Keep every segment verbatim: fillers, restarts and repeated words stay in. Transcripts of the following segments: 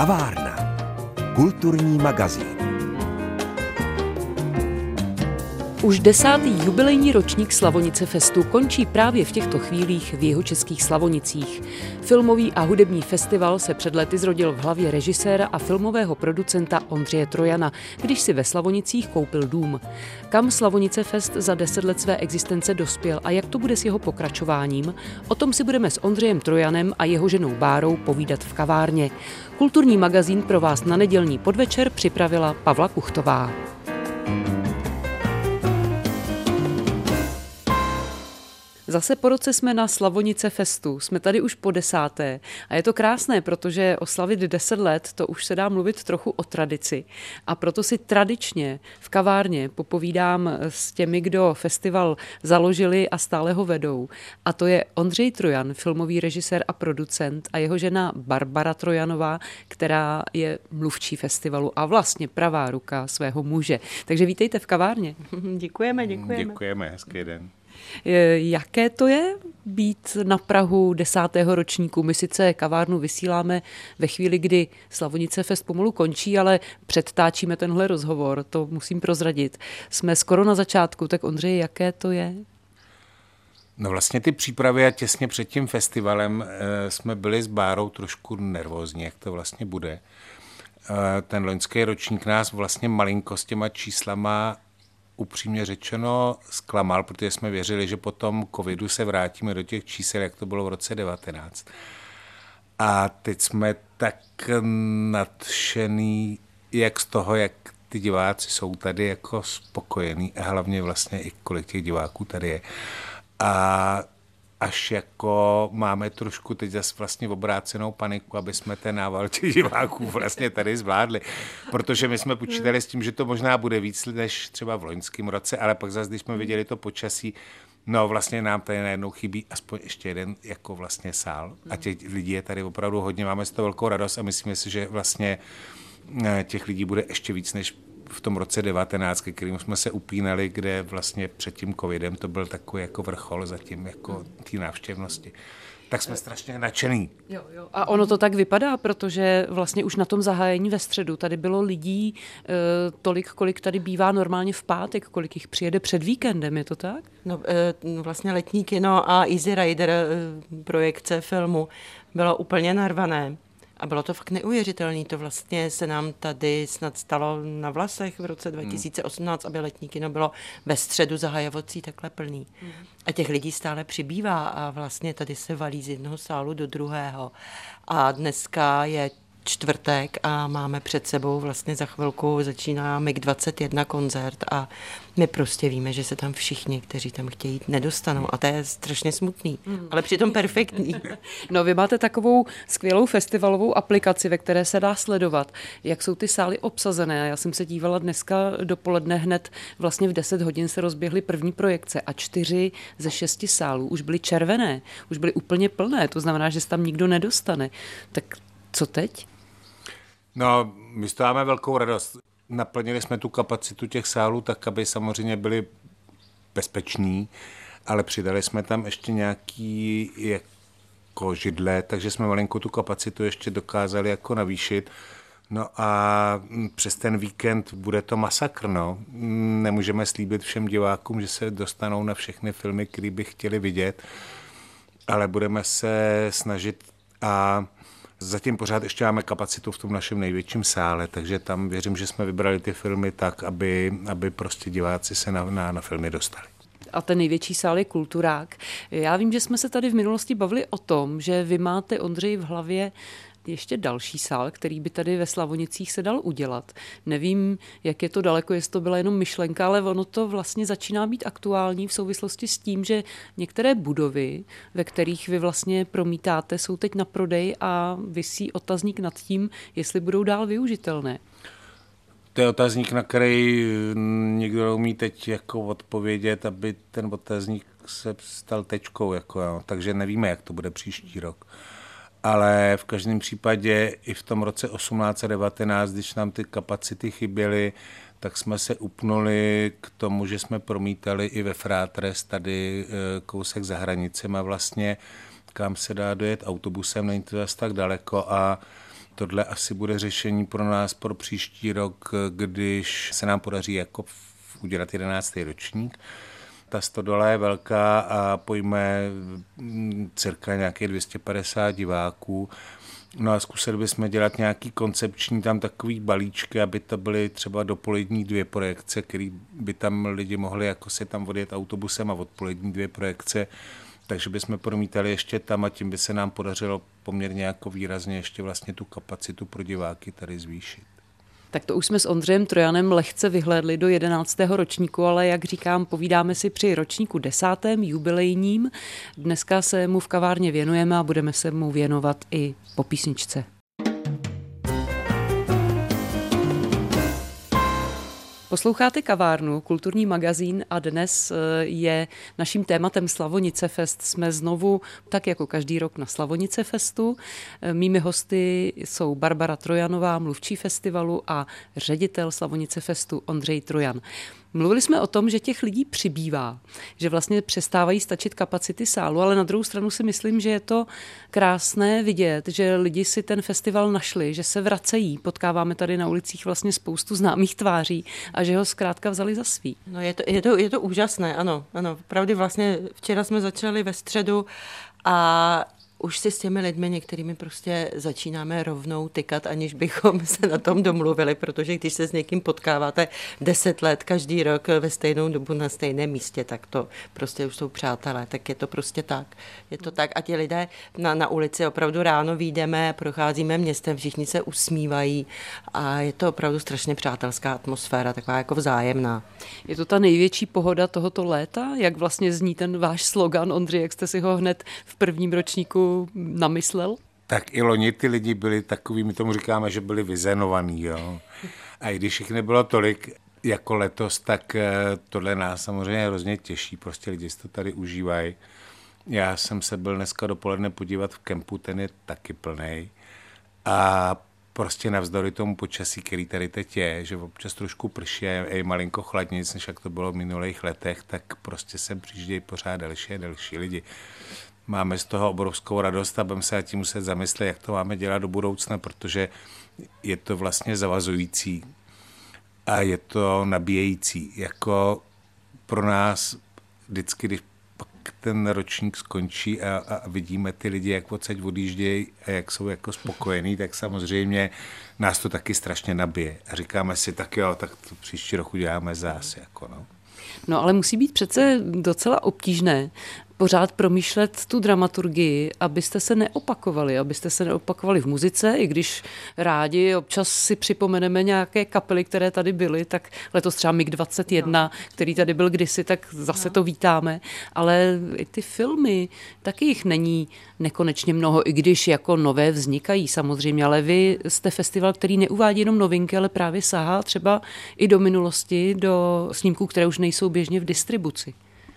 Kavárna. Kulturní magazín. Už desátý jubilejní ročník Slavonice Festu končí právě v těchto chvílích v jihočeských Slavonicích. Filmový a hudební festival se před lety zrodil v hlavě režiséra a filmového producenta Ondřeje Trojana, když si ve Slavonicích koupil dům. Kam Slavonice Fest za deset let své existence dospěl a jak to bude s jeho pokračováním, o tom si budeme s Ondřejem Trojanem a jeho ženou Bárou povídat v kavárně. Kulturní magazín pro vás na nedělní podvečer připravila Pavla Kuchtová. Zase po roce jsme na Slavonice Festu, jsme tady už po desáté a je to krásné, protože oslavit deset let, to už se dá mluvit trochu o tradici a proto si tradičně v kavárně popovídám s těmi, kdo festival založili a stále ho vedou. A to je Ondřej Trojan, filmový režisér a producent a jeho žena Barbara Trojanová, která je mluvčí festivalu a vlastně pravá ruka svého muže. Takže vítejte v kavárně. Děkujeme, děkujeme. Děkujeme, hezký den. Jaké to je být na prahu desátého ročníku? My sice kavárnu vysíláme ve chvíli, kdy Slavonice Fest pomalu končí, ale předtáčíme tenhle rozhovor, to musím prozradit. Jsme skoro na začátku, tak Ondřej, jaké to je? No vlastně ty přípravy a těsně před tím festivalem e, jsme byli s Bárou trošku nervózní, jak to vlastně bude. E, ten loňský ročník nás vlastně malinko s těma číslama upřímně řečeno zklamal, protože jsme věřili, že po tom covidu se vrátíme do těch čísel, jak to bylo v roce devatenáct. A teď jsme tak nadšený, jak z toho, jak ty diváci jsou tady jako spokojení a hlavně vlastně i kolik těch diváků tady je. A až jako máme trošku teď zase vlastně obrácenou paniku, aby jsme ten nával těch diváků vlastně tady zvládli. Protože my jsme počítali s tím, že to možná bude víc než třeba v loňském roce, ale pak zase, když jsme viděli to počasí, no vlastně nám tady najednou chybí aspoň ještě jeden jako vlastně sál. A těch lidí je tady opravdu hodně, máme z toho velkou radost a myslíme si, že vlastně těch lidí bude ještě víc než v tom roce devatenáct, ke kterým jsme se upínali, kde vlastně před tím covidem to byl takový jako vrchol zatím jako té návštěvnosti. Tak jsme strašně nadšený. Jo, jo. A ono to tak vypadá, protože vlastně už na tom zahájení ve středu tady bylo lidí e, tolik, kolik tady bývá normálně v pátek, kolik jich přijede před víkendem, je to tak? No, e, vlastně letní kino a Easy Rider e, projekce filmu bylo úplně narvané. A bylo to fakt neuvěřitelné. To vlastně se nám tady snad stalo na Vlasech v roce dva tisíce osmnáct, aby letní kino bylo ve středu zahajovací takhle plný. Mm. A těch lidí stále přibývá a vlastně tady se valí z jednoho sálu do druhého. A dneska je čtvrtek a máme před sebou vlastně za chvilku začíná M I G dvacet jedna koncert a my prostě víme, že se tam všichni, kteří tam chtějí jít, nedostanou a to je strašně smutný, mm. ale přitom perfektní. No vy máte takovou skvělou festivalovou aplikaci, ve které se dá sledovat, jak jsou ty sály obsazené. Já jsem se dívala dneska dopoledne hned, vlastně v deset hodin se rozběhly první projekce a čtyři ze šesti sálů už byly červené, už byly úplně plné, to znamená, že se tam nikdo nedostane. Tak co teď? No, my z toho máme velkou radost. Naplnili jsme tu kapacitu těch sálů tak, aby samozřejmě byli bezpeční, ale přidali jsme tam ještě nějaký jako židle, takže jsme malinko tu kapacitu ještě dokázali jako navýšit. No a přes ten víkend bude to masakr, no. Nemůžeme slíbit všem divákům, že se dostanou na všechny filmy, které by chtěli vidět, ale budeme se snažit a zatím pořád ještě máme kapacitu v tom našem největším sále, takže tam věřím, že jsme vybrali ty filmy tak, aby, aby prostě diváci se na, na, na filmy dostali. A ten největší sál je Kulturák. Já vím, že jsme se tady v minulosti bavili o tom, že vy máte, Ondřej, v hlavě ještě další sál, který by tady ve Slavonicích se dal udělat. Nevím, jak je to daleko, jestli to byla jenom myšlenka, ale ono to vlastně začíná být aktuální v souvislosti s tím, že některé budovy, ve kterých vy vlastně promítáte, jsou teď na prodej a visí otazník nad tím, jestli budou dál využitelné. To je otazník, na který někdo umí teď jako odpovědět, aby ten otazník se stal tečkou. Jako, jo. Takže nevíme, jak to bude příští rok. Ale v každém případě i v tom roce osmnáct a devatenáct, když nám ty kapacity chyběly, tak jsme se upnuli k tomu, že jsme promítali i ve Frátres, tady kousek za hranicema vlastně, kam se dá dojet autobusem, není to zase tak daleko a Tohle asi bude řešení pro nás pro příští rok, když se nám podaří jako udělat jedenáctý ročník. Ta stodola je velká a pojme cirka nějakých dvě stě padesát diváků. No a zkusili bychom dělat nějaký koncepční tam takový balíčky, aby to byly třeba dopolední dvě projekce, který by tam lidi mohli jako si tam odjet autobusem a odpolední dvě projekce. Takže bychom promítali ještě tam a tím by se nám podařilo poměrně jako výrazně ještě vlastně tu kapacitu pro diváky tady zvýšit. Tak to už jsme s Ondřejem Trojanem lehce vyhlédli do jedenáctého ročníku, ale jak říkám, povídáme si při ročníku desátém, jubilejním. Dneska se mu v kavárně věnujeme a budeme se mu věnovat i po písničce. Posloucháte Kavárnu, kulturní magazín a dnes je naším tématem Slavonice Fest. Jsme znovu, tak jako každý rok, na Slavonice Festu. Mými hosty jsou Barbara Trojanová, mluvčí festivalu, a ředitel Slavonice Festu Ondřej Trojan. Mluvili jsme o tom, že těch lidí přibývá, že vlastně přestávají stačit kapacity sálu, ale na druhou stranu si myslím, že je to krásné vidět, že lidi si ten festival našli, že se vracejí. Potkáváme tady na ulicích vlastně spoustu známých tváří a že ho zkrátka vzali za svý. No je to, je to, je to úžasné, ano, ano. Pravdy vlastně včera jsme začali ve středu a už si s těmi lidmi některými prostě začínáme rovnou tykat, aniž bychom se na tom domluvili, protože když se s někým potkáváte deset let každý rok ve stejnou dobu na stejném místě, tak to prostě už jsou přátelé, tak je to prostě tak. Je to tak a ti lidé na, na ulici opravdu ráno vyjdeme, procházíme městem, všichni se usmívají a je to opravdu strašně přátelská atmosféra, taková jako vzájemná. Je to ta největší pohoda tohoto léta? Jak vlastně zní ten váš slogan, Ondřej, jak jste si ho hned v prvním ročníku namyslel? Tak i loni ty lidi byli takový, my tomu říkáme, že byli vyzenovaný, jo. A i když jich nebylo tolik jako letos, tak tohle nás samozřejmě hrozně těší, prostě lidi si to tady užívají. Já jsem se byl dneska dopoledne podívat v kempu, ten je taky plnej a prostě navzdory tomu počasí, který tady teď je, že občas trošku prší a je malinko chladnějc, než jak to bylo v minulých letech, tak prostě sem přijíždějí pořád další a další lidi. Máme z toho obrovskou radost a budeme se nad tím muset zamyslet, jak to máme dělat do budoucna, protože je to vlastně zavazující a je to nabíjející. Jako pro nás vždycky, když pak ten ročník skončí a, a vidíme ty lidi, jak odsaď odjíždějí a jak jsou jako spokojení, tak samozřejmě nás to taky strašně nabije. A říkáme si, tak jo, tak to příští rok uděláme zás. Jako no. No ale musí být přece docela obtížné pořád promýšlet tu dramaturgii, abyste se neopakovali, abyste se neopakovali v muzice, i když rádi občas si připomeneme nějaké kapely, které tady byly, tak letos třeba mig dvacet jedna, no. který tady byl kdysi, tak zase no. to vítáme, ale i ty filmy, taky jich není nekonečně mnoho, i když jako nové vznikají samozřejmě, ale vy jste festival, který neuvádí jenom novinky, ale právě sahá třeba i do minulosti, do snímků, které už nejsou běžně v distribuci.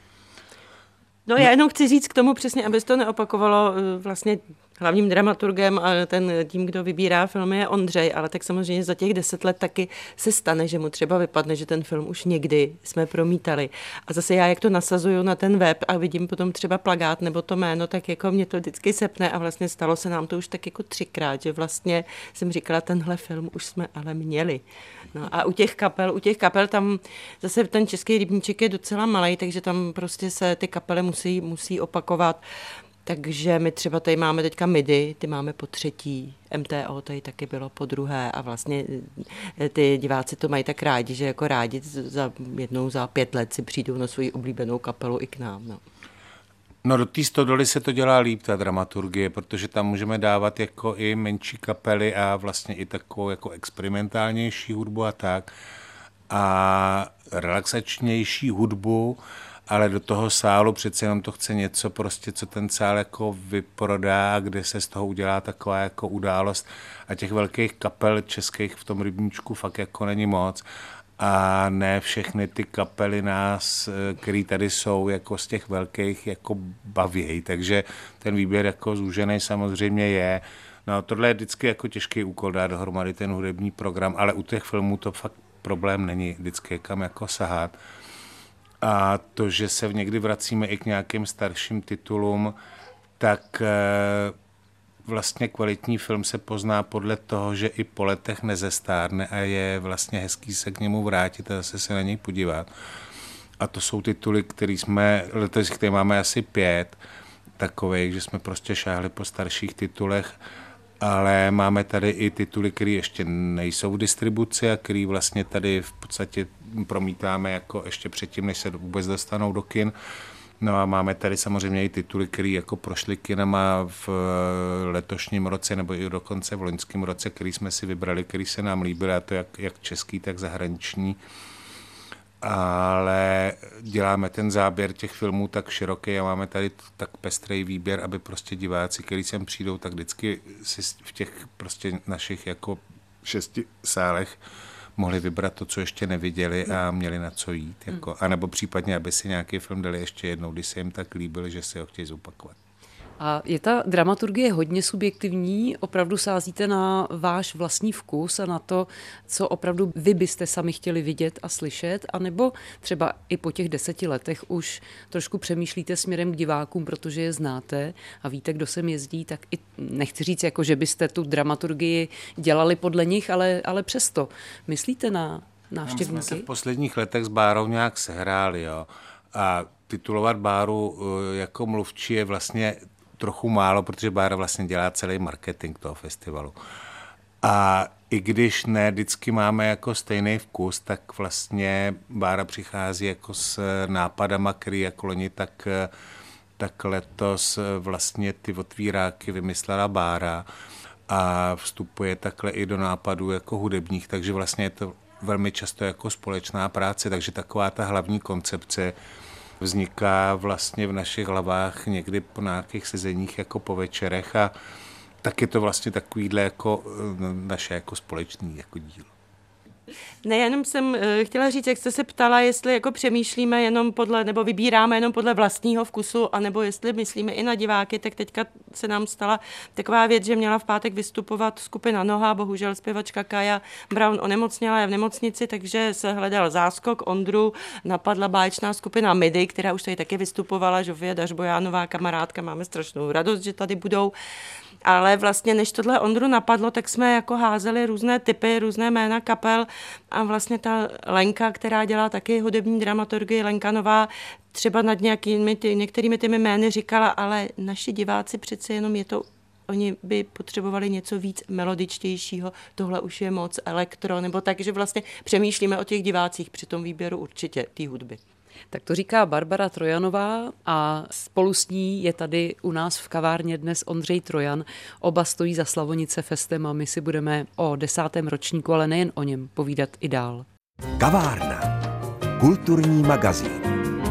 No já jenom chci říct k tomu přesně, aby se to neopakovalo, vlastně hlavním dramaturgem a ten tím, kdo vybírá filmy, je Ondřej, ale tak samozřejmě za těch deset let taky se stane, že mu třeba vypadne, že ten film už někdy jsme promítali. A zase já, jak to nasazuju na ten web a vidím potom třeba plakát nebo to jméno, tak jako mě to vždycky sepne a vlastně stalo se nám to už tak jako třikrát, že vlastně jsem říkala, tenhle film už jsme ale měli. No a u těch kapel, u těch kapel tam zase ten český rybníček je docela malej, takže tam prostě se ty kapely musí, musí opakovat. Takže my třeba tady máme teďka midi, ty máme po třetí, M T O tady taky bylo po druhé a vlastně ty diváci to mají tak rádi, že jako rádi za jednou za pět let si přijdou na svoji oblíbenou kapelu i k nám. No. No do té stodoly se to dělá líp, ta dramaturgie, protože tam můžeme dávat jako i menší kapely a vlastně i takovou jako experimentálnější hudbu a tak. A relaxačnější hudbu, ale do toho sálu přece jenom to chce něco prostě, co ten sál jako vyprodá, kde se z toho udělá taková jako událost. A těch velkých kapel českých v tom rybníčku fakt jako není moc. A ne všechny ty kapely nás, který tady jsou, jako z těch velkých, jako bavějí. Takže ten výběr jako zúžený samozřejmě je. No tohle je vždycky jako těžký úkol dát dohromady ten hudební program, ale u těch filmů to fakt problém není vždycky kam jako sahat. A to, že se někdy vracíme i k nějakým starším titulům, tak vlastně kvalitní film se pozná podle toho, že i po letech nezestárne a je vlastně hezký se k němu vrátit a zase se na něj podívat. A to jsou tituly, které jsme, letos, které máme asi pět takových, že jsme prostě šáhli po starších titulech, ale máme tady i tituly, které ještě nejsou v distribuci a které vlastně tady v podstatě promítáme jako ještě předtím, než se vůbec dostanou do kin. No a máme tady samozřejmě i tituly, které jako prošly kinama v letošním roce nebo i dokonce v loňském roce, který jsme si vybrali, který se nám líbil, a to jak, jak český, tak zahraniční. Ale děláme ten záběr těch filmů tak široký a máme tady tak pestrý výběr, aby prostě diváci, kteří sem přijdou, tak vždycky si v těch prostě našich jako šesti sálech mohli vybrat to, co ještě neviděli a měli na co jít. Jako, a nebo případně, aby si nějaký film dali ještě jednou, když se jim tak líbil, že si ho chtějí zopakovat. A je ta dramaturgie hodně subjektivní? Opravdu sázíte na váš vlastní vkus a na to, co opravdu vy byste sami chtěli vidět a slyšet? A nebo třeba i po těch deseti letech už trošku přemýšlíte směrem k divákům, protože je znáte a víte, kdo sem jezdí, tak i nechci říct, jako, že byste tu dramaturgii dělali podle nich, ale, ale přesto. Myslíte na návštěvníky? My jsme se v posledních letech s Bárou nějak sehráli, jo. A titulovat Báru jako mluvčí je vlastně trochu málo, protože Bára vlastně dělá celý marketing toho festivalu. A i když ne vždycky máme jako stejný vkus, tak vlastně Bára přichází jako s nápadama, který jako loni, tak, tak letos vlastně ty otvíráky vymyslela Bára a vstupuje takhle i do nápadů jako hudebních, takže vlastně je to velmi často jako společná práce, takže taková ta hlavní koncepce vzniká vlastně v našich hlavách někdy po nějakých sezeních jako po večerech a tak je to vlastně takovýhle jako naše jako společný jako dílo. Ne, jenom jsem chtěla říct, jak jste se ptala, jestli jako přemýšlíme jenom podle, nebo vybíráme jenom podle vlastního vkusu, anebo jestli myslíme i na diváky, tak teďka se nám stala taková věc, že měla v pátek vystupovat skupina Noha, bohužel zpěvačka Kaja Brown onemocněla, je v nemocnici, takže se hledal záskok Ondru, napadla báječná skupina Midi, která už tady taky vystupovala, Žofie Dařbojánová, kamarádka, máme strašnou radost, že tady budou. Ale vlastně, než tohle Ondru napadlo, tak jsme jako házeli různé typy, různé jména kapel a vlastně ta Lenka, která dělá taky hudební dramaturgii, Lenka Nová, třeba nad nějakými ty, některými těmi jmény říkala, ale naši diváci přece jenom je to, oni by potřebovali něco víc melodičtějšího, tohle už je moc elektro, nebo tak, že vlastně přemýšlíme o těch divácích při tom výběru určitě té hudby. Tak to říká Barbara Trojanová a spolu s ní je tady u nás v kavárně dnes Ondřej Trojan. Oba stojí za Slavonice Festem a my si budeme o desátém ročníku, ale nejen o něm, povídat i dál. Kavárna. Kulturní magazín.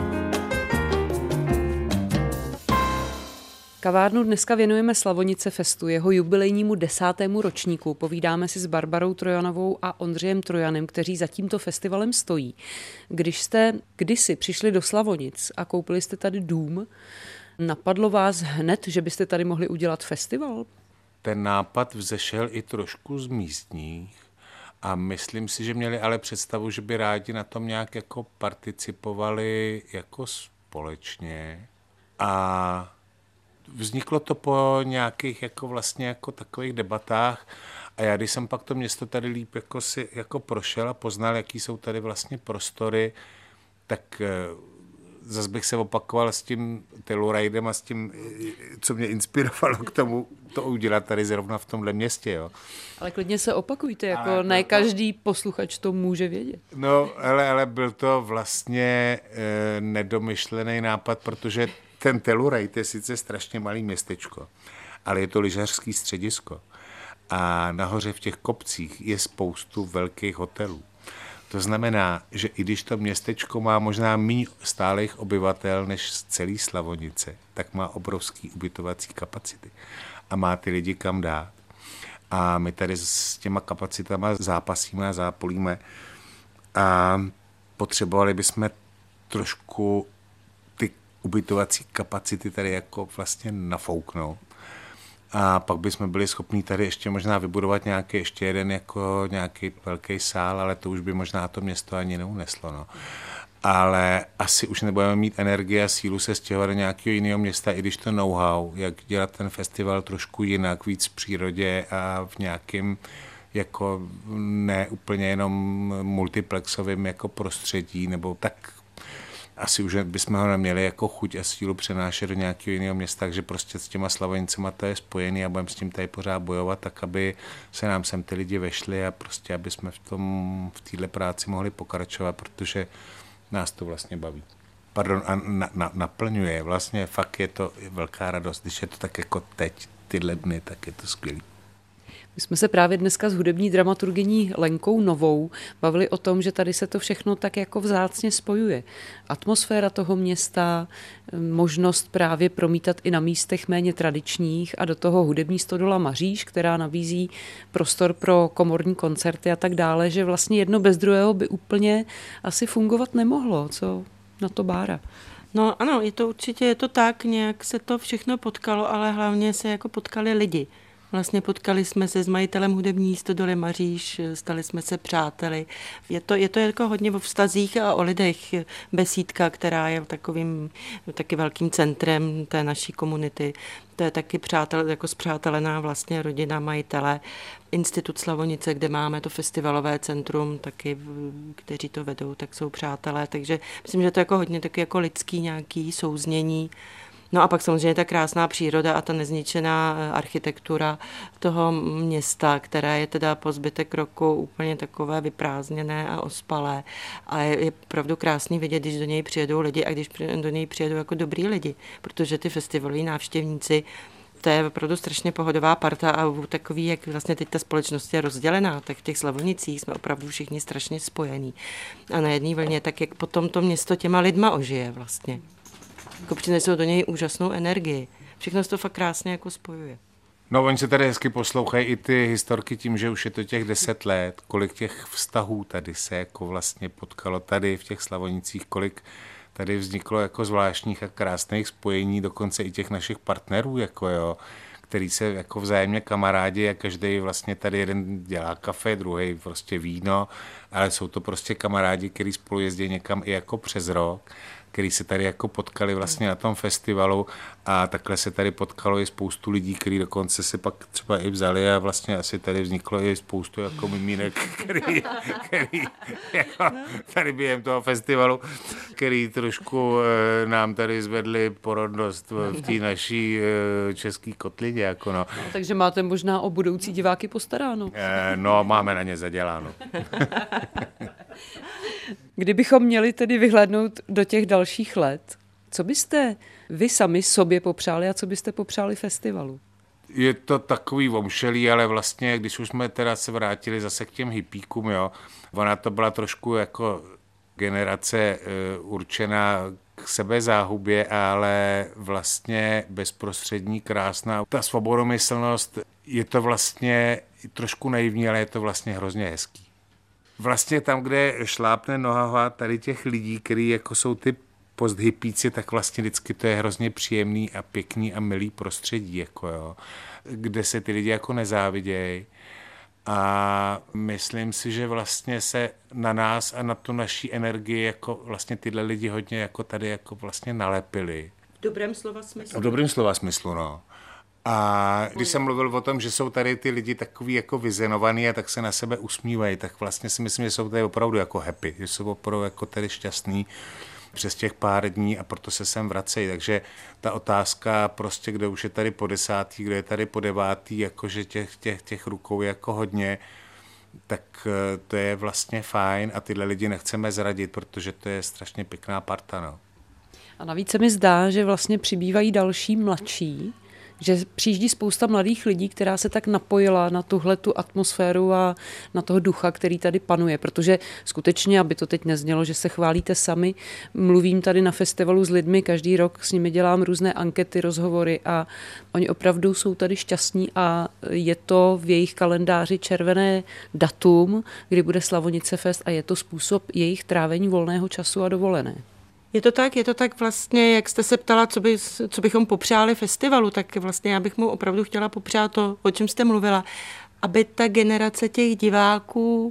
Kavárnu dneska věnujeme Slavonice Festu, jeho jubilejnímu desátému ročníku. Povídáme si s Barbarou Trojanovou a Ondřejem Trojanem, kteří za tímto festivalem stojí. Když jste kdysi přišli do Slavonic a koupili jste tady dům, napadlo vás hned, že byste tady mohli udělat festival? Ten nápad vzešel i trošku z místních a myslím si, že měli ale představu, že by rádi na tom nějak jako participovali jako společně a vzniklo to po nějakých jako vlastně jako takových debatách a já, když jsem pak to město tady líp jako si jako prošel a poznal, jaký jsou tady vlastně prostory, tak zase bych se opakoval s tím Telluride a s tím, co mě inspirovalo k tomu to udělat tady zrovna v tomhle městě. Jo. Ale klidně se opakujte, jako ale ne každý posluchač to může vědět. No, ale, ale byl to vlastně e, nedomyšlený nápad, protože ten Telluride je sice strašně malý městečko, ale je to lyžařský středisko. A nahoře v těch kopcích je spoustu velkých hotelů. To znamená, že i když to městečko má možná méně stálých obyvatel než celý Slavonice, tak má obrovský ubytovací kapacity a má ty lidi kam dát. A my tady s těma kapacitama zápasíme a zápolíme a potřebovali bychom trošku ty ubytovací kapacity tady jako vlastně nafouknout. A pak bychom byli schopni tady ještě možná vybudovat nějaký ještě jeden jako nějaký velký sál, ale to už by možná to město ani neuneslo. No. ale asi už nebudeme mít energii a sílu se stěhovat do nějakého jiného města, i když to know-how, jak dělat ten festival trošku jinak, víc v přírodě a v nějakém jako ne úplně jenom multiplexovým jako prostředí, nebo tak asi už bychom ho neměli jako chuť a sílu přenášet do nějakého jiného města, takže prostě s těma Slavonicema to je spojený a budeme s tím tady pořád bojovat, tak aby se nám sem ty lidi vešli a prostě aby jsme v tom, v téhle práci mohli pokračovat, protože nás to vlastně baví. Pardon, a na, na, naplňuje. Vlastně fakt je to velká radost, když je to tak jako teď, tyhle dny, tak je to skvělý. My jsme se právě dneska s hudební dramaturgyní Lenkou Novou bavili o tom, že tady se to všechno tak jako vzácně spojuje. Atmosféra toho města, možnost právě promítat i na místech méně tradičních a do toho hudební stodola Maříž, která nabízí prostor pro komorní koncerty a tak dále, že vlastně jedno bez druhého by úplně asi fungovat nemohlo. Co na to Bára? No ano, je to určitě, je to tak, nějak se to všechno potkalo, ale hlavně se jako potkali lidi. Vlastně potkali jsme se s majitelem hudební stodoly Maříž, stali jsme se přáteli. Je to, je to jako hodně o vztazích a o lidech. Besídka, která je takovým taky velkým centrem té naší komunity. To je taky přátel, jako spřátelená vlastně rodina majitele. Institut Slavonice, kde máme to festivalové centrum, taky, kteří to vedou, tak jsou přátelé. Takže myslím, že to je jako hodně taky jako lidský nějaký souznění. No a pak samozřejmě ta krásná příroda a ta nezničená architektura toho města, která je teda po zbytek roku úplně takové vyprázdněné a ospalé. A je, je opravdu krásný vidět, když do něj přijedou lidi a když do něj přijedou jako dobrý lidi, protože ty festivaloví návštěvníci, to je opravdu strašně pohodová parta a takový, jak vlastně teď ta společnost je rozdělená, tak v těch Slavonicích jsme opravdu všichni strašně spojení. A na jedné vlně, tak jak potom to město těma lidma ožije vlastně. Jako přinesou do něj úžasnou energii. Všechno se to fakt krásně jako spojuje. No, oni se tady hezky poslouchají i ty historky tím, že už je to těch deset let, kolik těch vztahů tady se jako vlastně potkalo tady v těch Slavonicích, kolik tady vzniklo jako zvláštních a krásných spojení, dokonce i těch našich partnerů, jako jo, který se jako vzájemně kamarádi a každý vlastně tady jeden dělá kafe, druhý prostě víno, ale jsou to prostě kamarádi, kteří spolu jezdí někam i jako přes rok, který se tady jako potkali vlastně na tom festivalu a takhle se tady potkalo i spoustu lidí, kteří dokonce si pak třeba i vzali a vlastně asi tady vzniklo i spoustu jako mimínek, který, který jako tady během toho festivalu, který trošku nám tady zvedli porodnost v té naší české kotlině. Jako no. No, takže máte možná o budoucí diváky postaráno. No, máme na ně zaděláno. Kdybychom měli tedy vyhlédnout do těch dalších let, co byste vy sami sobě popřáli a co byste popřáli festivalu? Je to takový omšelý, ale vlastně, když už jsme teda se vrátili zase k těm hippíkům, jo, ona to byla trošku jako generace uh, určená k sebezáhubě, ale vlastně bezprostřední, krásná. Ta svobodomyslnost, je to vlastně trošku naivní, ale je to vlastně hrozně hezký. Vlastně tam, kde šlápne noha tady těch lidí, kteří jako jsou ty posthippíci, tak vlastně vždycky to je hrozně příjemný a pěkný a milý prostředí, jako jo, kde se ty lidi jako nezávidějí. A myslím si, že vlastně se na nás a na tu naší energii jako vlastně tyhle lidi hodně jako tady jako vlastně nalepili. V dobrém slova smyslu. V dobrém slova smyslu, no. A když jsem mluvil o tom, že jsou tady ty lidi takový jako vyzenovaný a tak se na sebe usmívají, tak vlastně si myslím, že jsou tady opravdu jako happy, že jsou opravdu jako tady šťastný přes těch pár dní a proto se sem vracejí. Takže ta otázka prostě, kdo už je tady po desátý, kdo je tady po devátý, jakože těch, těch, těch rukou je jako hodně, tak to je vlastně fajn a tyhle lidi nechceme zradit, protože to je strašně pěkná parta, no. A navíc se mi zdá, že vlastně přibývají další mladší, že přijíždí spousta mladých lidí, která se tak napojila na tuhle tu atmosféru a na toho ducha, který tady panuje, protože skutečně, aby to teď neznělo, že se chválíte sami, mluvím tady na festivalu s lidmi, každý rok s nimi dělám různé ankety, rozhovory a oni opravdu jsou tady šťastní a je to v jejich kalendáři červené datum, kdy bude Slavonice Fest a je to způsob jejich trávení volného času a dovolené. Je to tak, je to tak vlastně, jak jste se ptala, co, by, co bychom popřáli festivalu, tak vlastně já bych mu opravdu chtěla popřát to, o čem jste mluvila, aby ta generace těch diváků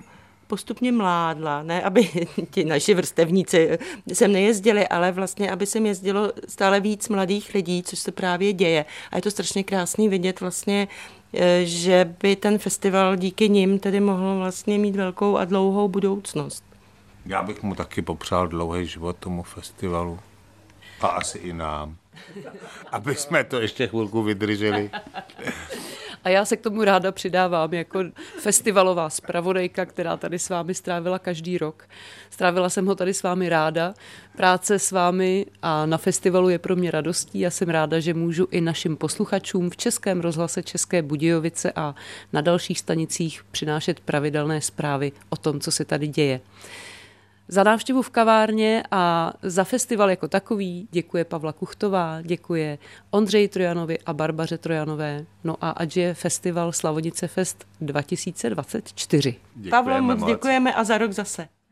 postupně mládla, ne aby ti naši vrstevníci sem nejezdili, ale vlastně, aby sem jezdilo stále víc mladých lidí, což se právě děje. A je to strašně krásný vidět vlastně, že by ten festival díky nim tedy mohl vlastně mít velkou a dlouhou budoucnost. Já bych mu taky popřál dlouhý život tomu festivalu. A asi i nám. Aby jsme to ještě chvilku vydrželi. A já se k tomu ráda přidávám jako festivalová zpravodajka, která tady s vámi strávila každý rok. Strávila jsem ho tady s vámi ráda. Práce s vámi a na festivalu je pro mě radostí. Já jsem ráda, že můžu i našim posluchačům v Českém rozhlase České Budějovice a na dalších stanicích přinášet pravidelné zprávy o tom, co se tady děje. Za návštěvu v kavárně a za festival jako takový děkuje Pavla Kuchtová, děkuje Ondřeji Trojanovi a Barbaře Trojanové. No a ať je festival Slavonice Fest dva tisíce dvacet čtyři. Pavlo, moc děkujeme a za rok zase.